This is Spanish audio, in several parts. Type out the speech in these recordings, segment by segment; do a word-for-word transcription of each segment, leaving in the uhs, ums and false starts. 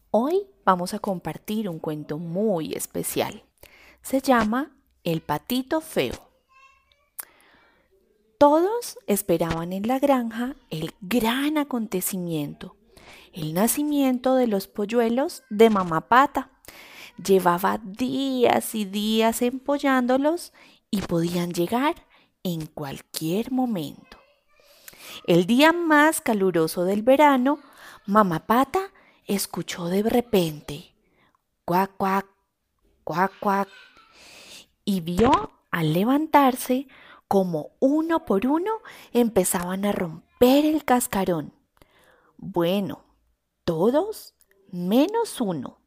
Hoy vamos a compartir un cuento muy especial. Se llama El patito feo. Todos esperaban en la granja el gran acontecimiento, el nacimiento de los polluelos de Mamá Pata. Llevaba días y días empollándolos y podían llegar en cualquier momento. El día más caluroso del verano, Mamá Pata escuchó de repente cuac, cuac, cuac, cuac, y vio al levantarse como uno por uno empezaban a romper el cascarón. Bueno, todos menos uno.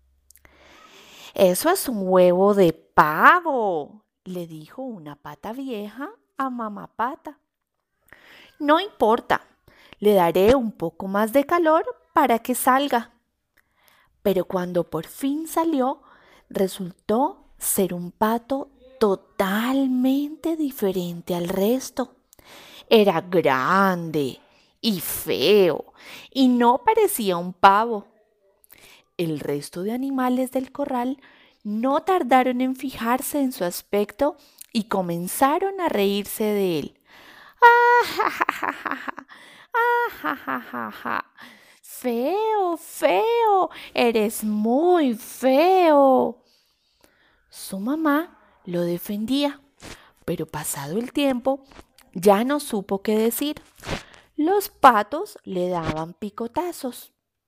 Eso es un huevo de pavo, le dijo una pata vieja a mamá pata. No importa, le daré un poco más de calor para que salga. Pero cuando por fin salió, resultó ser un pato totalmente diferente al resto. Era grande y feo y no parecía un pavo. El resto de animales del corral no tardaron en fijarse en su aspecto y comenzaron a reírse de él. ¡Ah, ja, ja, ja, ja, ja! ¡Ah, ja, ja, ja, ja! Feo, feo, eres muy feo. Su mamá lo defendía, pero pasado el tiempo ya no supo qué decir. Los patos le daban picotazos.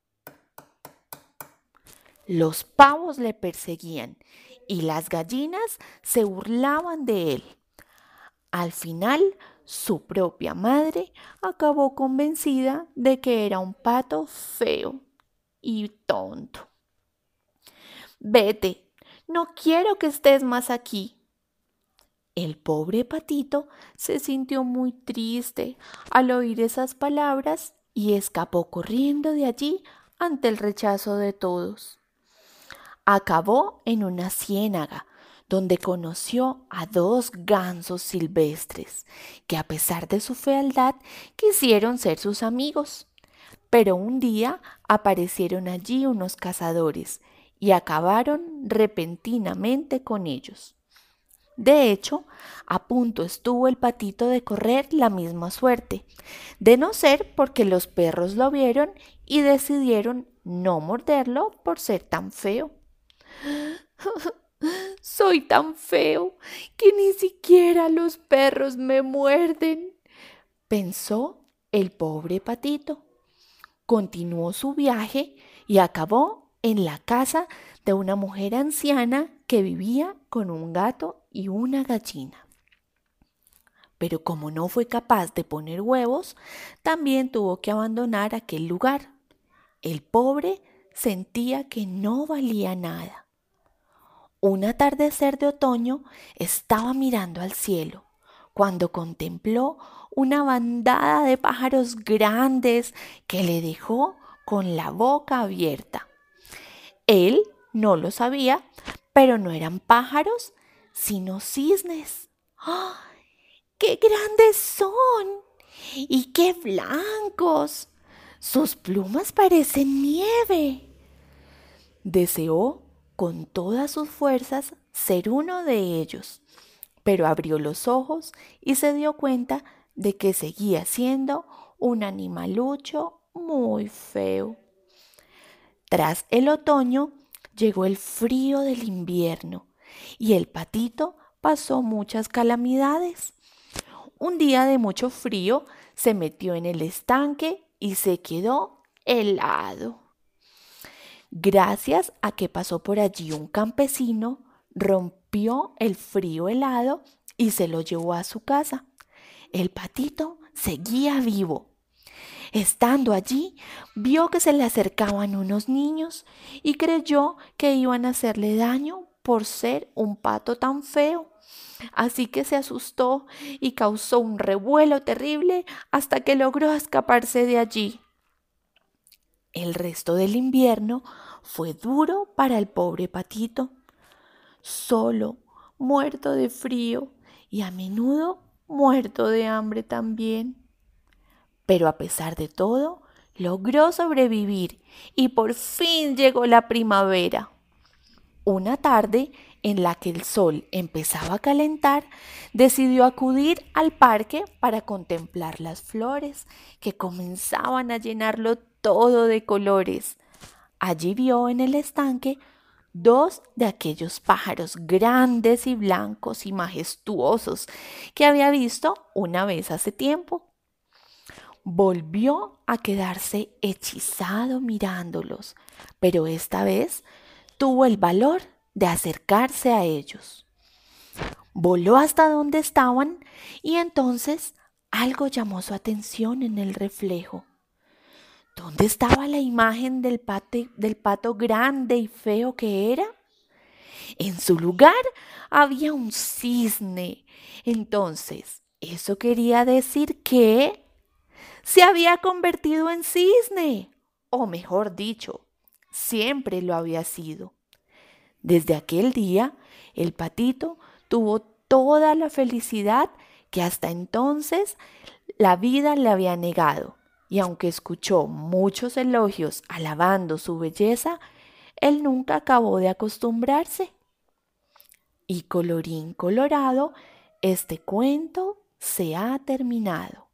Los pavos le perseguían y las gallinas se burlaban de él. Al final, su propia madre acabó convencida de que era un pato feo y tonto. Vete, no quiero que estés más aquí. El pobre patito se sintió muy triste al oír esas palabras y escapó corriendo de allí ante el rechazo de todos. Acabó en una ciénaga donde conoció a dos gansos silvestres que a pesar de su fealdad quisieron ser sus amigos. Pero un día aparecieron allí unos cazadores y acabaron repentinamente con ellos. De hecho, a punto estuvo el patito de correr la misma suerte, de no ser porque los perros lo vieron y decidieron no morderlo por ser tan feo. Soy tan feo que ni siquiera los perros me muerden, pensó el pobre patito. Continuó su viaje y acabó en la casa de una mujer anciana que vivía con un gato y una gallina. Pero como no fue capaz de poner huevos, también tuvo que abandonar aquel lugar. El pobre sentía que no valía nada. Un atardecer de otoño estaba mirando al cielo cuando contempló una bandada de pájaros grandes que le dejó con la boca abierta. Él no lo sabía, pero no eran pájaros, sino cisnes. ¡Ah! ¡Qué grandes son! ¡Y qué blancos! Sus plumas parecen nieve. Deseó con todas sus fuerzas ser uno de ellos, pero abrió los ojos y se dio cuenta de que seguía siendo un animalucho muy feo. Tras el otoño llegó el frío del invierno y el patito pasó muchas calamidades. Un día de mucho frío se metió en el estanque y se quedó helado. Gracias a que pasó por allí un campesino, rompió el frío helado y se lo llevó a su casa. El patito seguía vivo. Estando allí, vio que se le acercaban unos niños y creyó que iban a hacerle daño por ser un pato tan feo. Así que se asustó y causó un revuelo terrible hasta que logró escaparse de allí. El resto del invierno fue duro para el pobre patito, solo, muerto de frío y a menudo muerto de hambre también. Pero a pesar de todo, logró sobrevivir y por fin llegó la primavera. Una tarde en la que el sol empezaba a calentar, decidió acudir al parque para contemplar las flores que comenzaban a llenarlo todo de colores. Allí vio en el estanque dos de aquellos pájaros grandes y blancos y majestuosos que había visto una vez hace tiempo. Volvió a quedarse hechizado mirándolos, pero esta vez tuvo el valor de acercarse a ellos. Voló hasta donde estaban y entonces algo llamó su atención en el reflejo. ¿Dónde estaba la imagen del, pate, del pato grande y feo que era? En su lugar había un cisne. Entonces, eso quería decir que se había convertido en cisne, o mejor dicho, siempre lo había sido. Desde aquel día, el patito tuvo toda la felicidad que hasta entonces la vida le había negado, y aunque escuchó muchos elogios alabando su belleza, él nunca acabó de acostumbrarse. Y colorín colorado, este cuento se ha terminado.